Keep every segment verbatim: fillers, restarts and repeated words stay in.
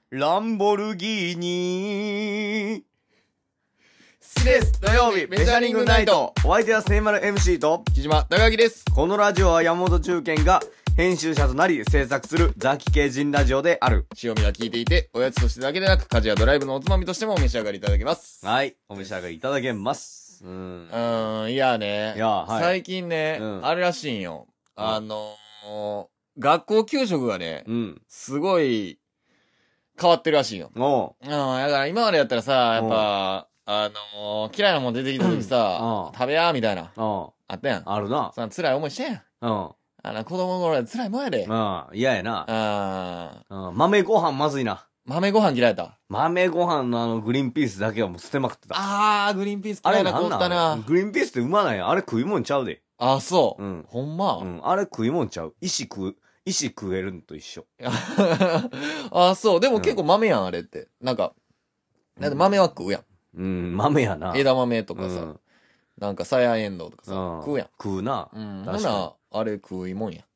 ランボルギーニ好きです土曜日メジャーリングナイト。お相手は聖丸 エムシー と木島高木です。 このラジオは山本中堅が編集者となり制作するザキ系人ラジオである。 塩味が効いていておやつとしてだけでなく家事やドライブのおつまみとしてもお召し上がりいただけます。 はい、お召し上がりいただけますうんうんいやねいや、はい、 最近ね、うん、あれらしいんよ。あのー、学校給食がね、うん、すごい変わってるらしいよ。おう。うん、だから今までやったらさ、やっぱ、あのー、嫌いなもん出てきた時さ、食べやーみたいな。あったやん。あるな。さ、辛い思いしてんやん。うん。あの、子供の頃は辛いもんやで。うん。嫌やな。あー。うん。豆ご飯まずいな。豆ご飯嫌いやった。豆ご飯のあのグリーンピースだけはもう捨てまくってた。あー、グリーンピース嫌いな子おったな。グリーンピースってうまないあれ食い物ちゃうで。あ、そう。うん。ほんま。うん。あれ食い物ちゃう。石食う。石食えるのと一緒。あ、そう。でも結構豆やん、あれって。なんか、なんか豆は食うやん。うん、豆やな。枝豆とかさ、うん、なんかさやえんどうとかさ、うん、食うやん。食うな。うん。ほな、あれ食いもんや。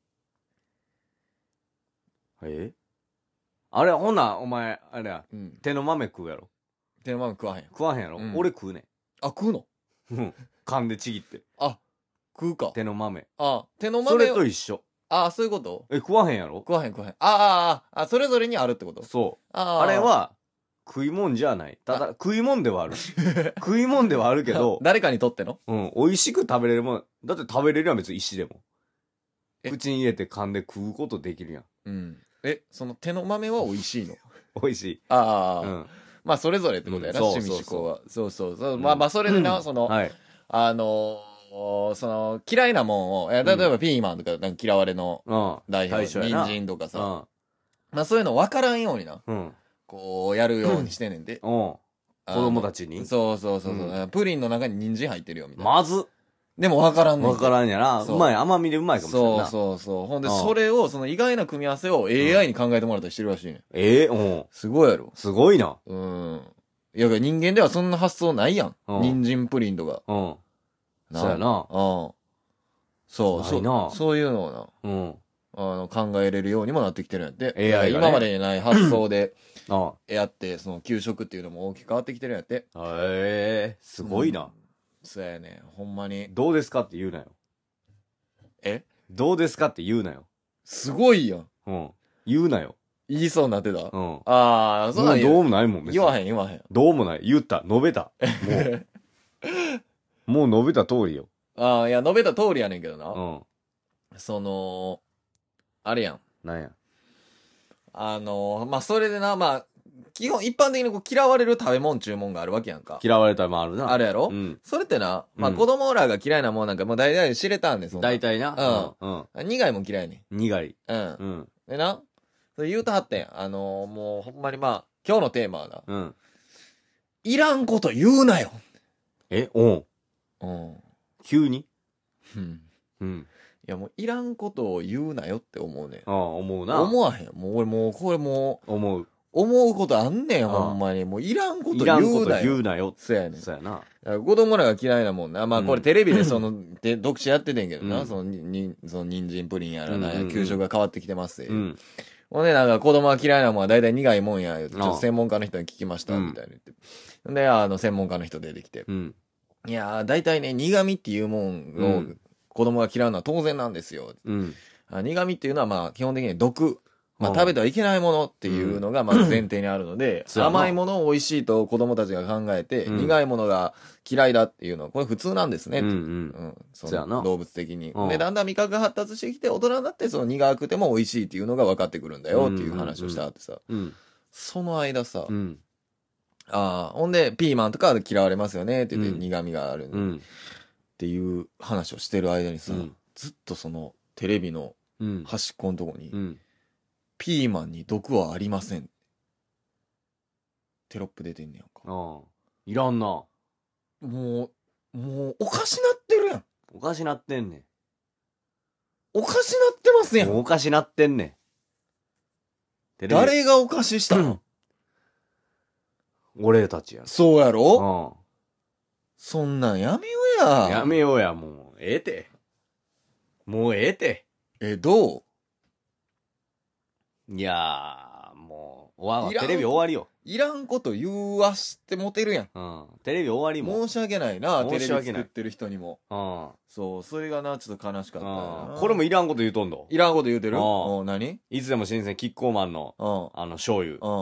えあれ、ほな、お前、あれや、うん、手の豆食うやろ。手の豆食わへん。食わへんやろ、うん、俺食うねん。あ、食うのうん。噛んでちぎって。あ、食うか。手の豆。あ、手の豆。それと一緒。ああ、そういうこと？え、食わへんやろ？食わへん食わへん。ああ、ああ、それぞれにあるってこと？そう。あ, あれは、食い物じゃない。ただ、食い物ではある。食い物ではあるけど。誰かにとっての？うん。美味しく食べれるもん。だって食べれるやん、別に石でも。口に入れて噛んで食うことできるやん。うん。え、その手の豆は美味しいの？美味しい。ああ。うん。まあ、それぞれってことやな、うん、趣味思考は。そうそうそう。うん、まあまあ、それでな、うん、その、はい、あのー、その嫌いなもんを、例えばピーマンとかなんか嫌われの代表、人参とかさ、まあそういうの分からんようにな、うん、こうやるようにしてんねんで、うん、子供たちにそうそうそうそう、うん、プリンの中に人参入ってるよみたいな。まずでも分からんねん。分からんやな。うまい、甘みでうまいかもしれないな。そうそうそう。ほんで、それを、その意外な組み合わせを エーアイ に考えてもらったりしてるらしいねん。ええうん。すごいやろ。すごいな。うん。いや、人間ではそんな発想ないやん。人参プリンとか。うん。そうやな。うん。そう、そう、そういうのをな、うん。あの、考えれるようにもなってきてるんやって。エーアイ がね、今までにない発想で、やって、その、給食っていうのも大きく変わってきてるんやって。へえ、すごいな、うん。そうやね、ほんまに。どうですかって言うなよ。えどうですかって言うなよ。すごいやん。うん。言うなよ。言いそうになってた。うん。ああ、そうなんや。もうどうもないもん、別に。言わへん、言わへん。どうもない。言った。述べた。もう。もう述べた通りよ。ああ、いや、述べた通りやねんけどな。うん。その、あれやん。なんや。あのー、まあ、それでな、まあ、基本、一般的にこう嫌われる食べ物注文があるわけやんか。嫌われたらもあるな。あるやろ？うん。それってな、まあ、子供らが嫌いなもんなんかもう大体知れたんですよ。大体な。うん。うん。苦いもん嫌いねん。苦い。うん。うん。でな、それ言うとはってん。あのー、もうほんまにまあ、今日のテーマはな。うん。いらんこと言うなよ。えおん。うん。急にうん。うん。いやもういらんことを言うなよって思うねん。ああ、思うな。思わへん。もう俺もう、これもう。思う。思うことあんねん、ほんまに。もういらんこと言うなよ。いらんこと言うなよ。そうやねん。そうやな。子供らが嫌いなもんな。まあこれテレビでその、で、読者やっててんけどな。その、に、その人参プリンやらなや、給食が変わってきてますうん。ほんでなんか子供が嫌いなもんは大体苦いもんや、ちょっと専門家の人に聞きました、みたいな言って。で、あの、専門家の人出てきて。うん。いやー、大体ね、苦味っていうもんを子供が嫌うのは当然なんですよ。うん、苦味っていうのは、まあ、基本的に毒。まあ、食べてはいけないものっていうのが、まあ、前提にあるので、うん、甘いものを美味しいと子供たちが考えて、うん、苦いものが嫌いだっていうのは、これ普通なんですね。うんうん。うん、その動物的に。で、だんだん味覚が発達してきて、大人になって、その苦くても美味しいっていうのが分かってくるんだよっていう話をしたってさ。うんうんうん、その間さ、うんああ、ほんで、ピーマンとか嫌われますよねって言って、苦味がある、うん、っていう話をしてる間にさ、うん、ずっとそのテレビの端っこのとこに、うん、ピーマンに毒はありません。テロップ出てんねやんか。ああ。いらんな。もう、もう、おかしなってるやん。おかしなってんねん。おかしなってますやん。もうおかしなってんねん。誰がおかししたの俺たちや。そうやろ？うん。そんなんやめようや。やめようや、もう。ええて。もうええて。え、どう？いやー、もわテレビ終わりよ。 いらんこと言わしてモテるやん。 うん。テレビ終わりも。 申し訳ないな、テレビ作ってる人にも。うん。そう、それがな、ちょっと悲しかったな。 これもいらんこと言うとんの。 いらんこと言うてる？うん。何？ いつでも新鮮キッコーマンの、あの、醤油。うん。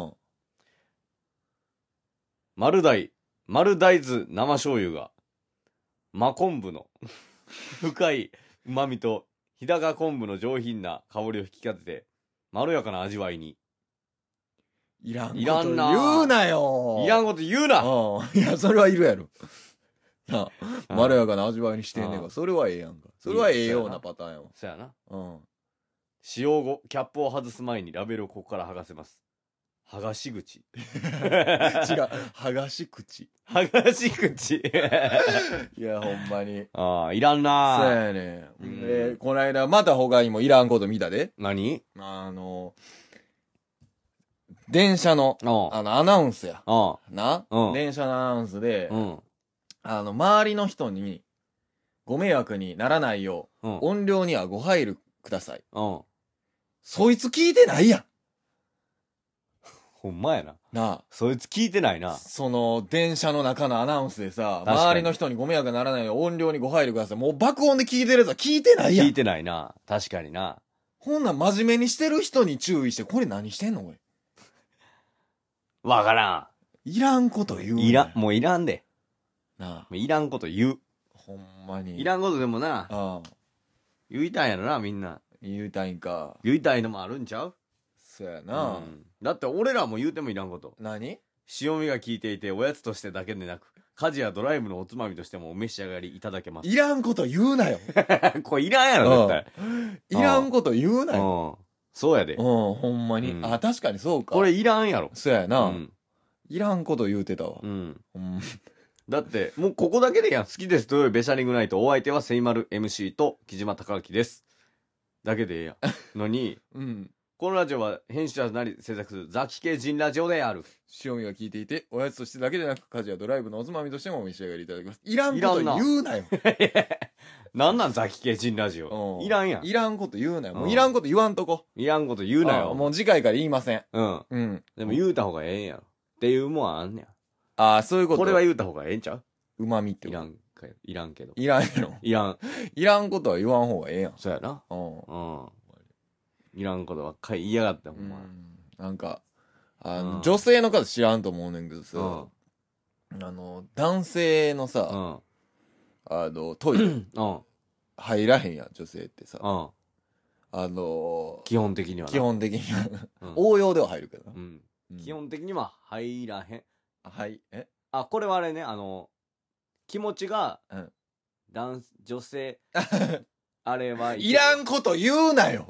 丸大、丸大豆生醤油が、真昆布の深い旨味と日高昆布の上品な香りを引き立てて、まろやかな味わいに。 いらんこと言うなよ。 いらんこと言うな。 いや、それはいるやろ。なあ、まろやかな味わいにしてんねんが、それはええやんか。それはええようなパターンやわ。 そやな。うん。使用後、キャップを外す前にラベルをここから剥がせます。剥がし口。違う。 剥がし口。 剥がし口。 いや、ほんまに。 ああ、いらんな。 そうやね。で、この間、また他にもいらんこと見たで。 何？ あの、電車の、あの、アナウンスや。な？電車のアナウンスで、あの、周りの人に、ご迷惑にならないよう、音量にはご配慮ください。そいつ聞いてないやん。 ほんまやな。 なあ。 そいつ聞いてないな。 その、電車の中のアナウンスでさ、周りの人にご迷惑にならないよう音量にご配慮ください。もう爆音で聞いてるやつは聞いてないやん。 聞いてないな。確かにな。 ほんなん真面目にしてる人に注意して、これ何してんのこれ。 わからん。いらんこと言う。 いら、もういらんで。 なあ。 いらんこと言う。 ほんまに。 いらんことでもな。ああ。言いたいやろな、みんな。 言いたいんか。 言いたいのもあるんちゃう？ そうやな、うん、 だって俺らも言うてもいらんこと。 何？ 塩味が効いていておやつとしてだけでなく家事やドライブのおつまみとしてもお召し上がりいただけます。 いらんこと言うなよ。 これいらんやろ絶対。いらんこと言うなよ。 そうやで。 うんほんまに、うん、あ確かにそうか。 これいらんやろ。 そうやな、うん、いらんこと言うてたわ。うん、 うん、だってもうここだけでやん。好きです土曜日ベシャリングナイトお相手はセイマル エムシー と木島隆明ですだけでええやんのに、うん、このラジオは編集者なり制作するザキ系人ラジオである。 塩味が効いていておやつとしてだけでなく家事やドライブのおつまみとしてもお召し上がりいただきます。いらんこと言うなよ。 なんなんザキ系人ラジオ。いらんやん。 いらんこと言うなよ。もういらんこと言わんとこ。 いらんこと言うなよ。 もう次回から言いません。 うん。うん。でも言うた方がええんやろ。っていうもんあんねん。 ああ、そういうこと。 これは言うた方がええんちゃう？ うまみっていらんかいらんけど。 いらんやろ。 いらん。 いらんことは言わん方がええやん。 そうやな。うん。うん。いらんことばっかり言いやがってほんま。 なんか、あの、女性の方知らんと思うねんけどさ、あの、男性のさ、あの、トイレ、入らへんやん、女性ってさ。あの、 基本的には基本的には。応用では入るけどな。 基本的には入らへん。 はい、えあ、これはあれね、あの、気持ちが、男、女性、あれは。 いらんこと言うなよ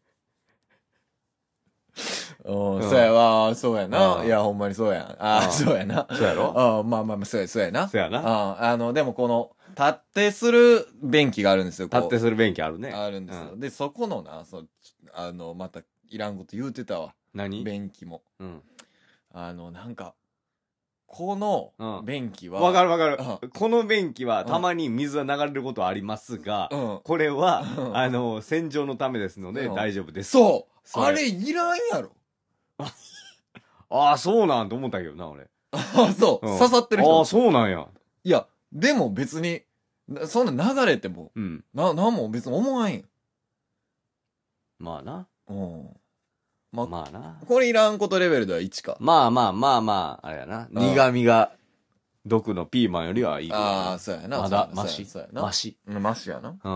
うん、そうやわ、そうやな。いや、ほんまにそうや。ああ、そうやな。 そうやろああ、まあまあまあ、そうや、そうやな。 そうやな。 ああ、の、でもこの、立ってする便器があるんですよ。 立ってする便器あるね。 あるんですよ。で、そこのな、そう、あの、また、いらんこと言うてたわ。 何？ 便器も。うん。あの、なんか、この便器は。 わかるわかる。この便器はたまに水は流れることはありますが、これは、あの、洗浄のためですので大丈夫です。 そうあれいらんやろ。 ああ、そうなんて思ったけどな、俺。 ああ、そう。刺さってる人。 ああ、そうなんや。 いや、でも別に、そんな流れても、うん。な、なんも別に思わんやん。 まあな。 うん。まあ、 まあな。 これいらんことレベルではいちか。 まあまあまあまあ、あれやな。苦味が、毒のピーマンよりはいい。 ああ、そうやな。 まだ、マシ。 そうやな。 マシ。 マシやな。うん。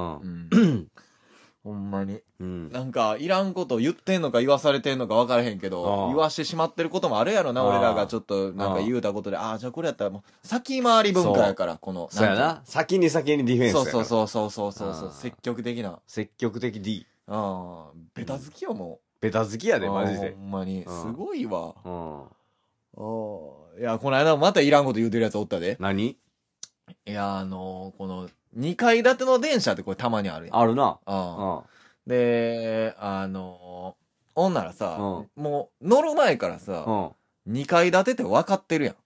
ほんまに。うん。なんか、いらんこと言ってんのか言わされてんのか分からへんけど、言わしてしまってることもあるやろな、俺らがちょっとなんか言うたことで、ああ、じゃあこれやったらもう、先回り文化やから、この。 そうやな。先に先にディフェンスやから。 そうそうそうそうそうそう。積極的な。 積極的 D。 ああ、ベタ好きよ、もう。 ベタ好きやで、マジで。 ほんまに。すごいわ。うん。いや、この間またいらんこと言うてるやつおったで。 何？ いや、あの、この、にかい建ての電車ってこれたまにあるやん。 あるな。 うん。で、あの、ほんならさ、もう乗る前からさ、にかい建てって分かってるやん。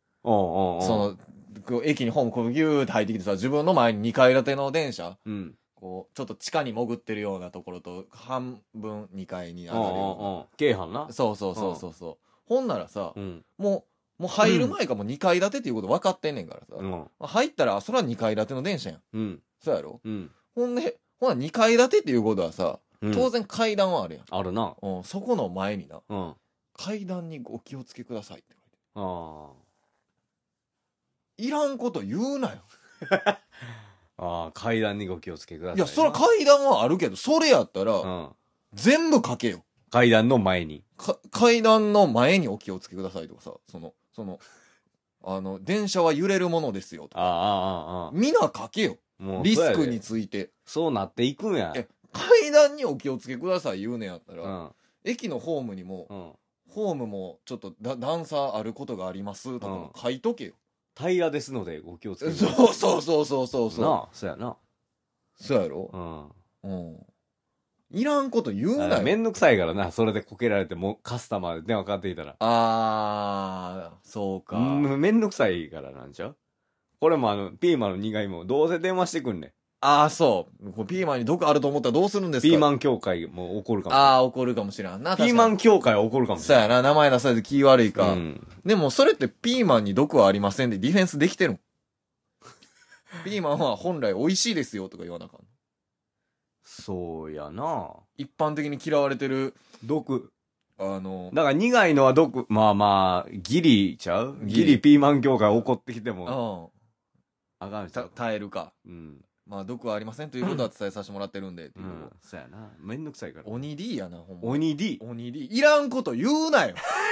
その、駅にホームこうギューって入ってきてさ、自分の前ににかい建ての電車こうちょっと地下に潜ってるようなところと半分にかいに上がるような京阪な。 そうそうそうそうそう、ほんならさ、うん、もうもう入る前からもうにかい建てっていうこと分かってんねんからさ、うん、入ったらそれはにかい建ての電車やん、うん、そうやろ、うん、ほんでほんならにかい建てっていうことはさ、うん、当然階段はあるやん、 あるな、 うん、そこの前にな、うん、階段にお気をつけくださいって書いてああいらんこと言うなよああ階段にご気をつけください。 いやそれは階段はあるけど、それやったら、うん、全部書けよ。 階段の前に階段の前にお気をつけくださいとかさ、そのそのあの電車は揺れるものですよとか、あああああみんな書けよ、もうリスクについて。 そうなっていくんや。 階段にお気をつけください言うねやったら、うん、駅のホームにも、うん、ホームもちょっとだ段差あることがありますとかも書いとけよ、 平らですのでご気をつけください。そうそうそうそうそうそう。 なあ、そうやな。 そうやろ。うん。うん。いらんこと言うなよ。 めんどくさいからな、それでこけられてもカスタマーで電話かかってきたら。 あー、そうか。 めんどくさいからなんちゃう？これもあの、ピーマンの苦いもどうせ電話してくんねん。 ああ、そう。これピーマンに毒あると思ったらどうするんですか？ ピーマン協会も怒るかもしれない。ああ、怒るかもしれんな。 ピーマン協会は怒るかもしれない。 そうやな、名前出されて気悪いか。うん、でもそれってピーマンに毒はありませんでディフェンスできてるんピーマンは本来美味しいですよとか言わなあかん。 そうやな。 一般的に嫌われてる毒。 あの、 だから苦いのは毒、まあまあ、ギリちゃう？ギリピーマン協会怒ってきても。うん。あかんし。 耐えるか。うん。まあ毒はありませんということは伝えさせてもらってるんでっていう、うん、 そうやな。めんどくさいから。 鬼 D やな、ほんま。 鬼 D。 鬼 D。いらんこと言うなよ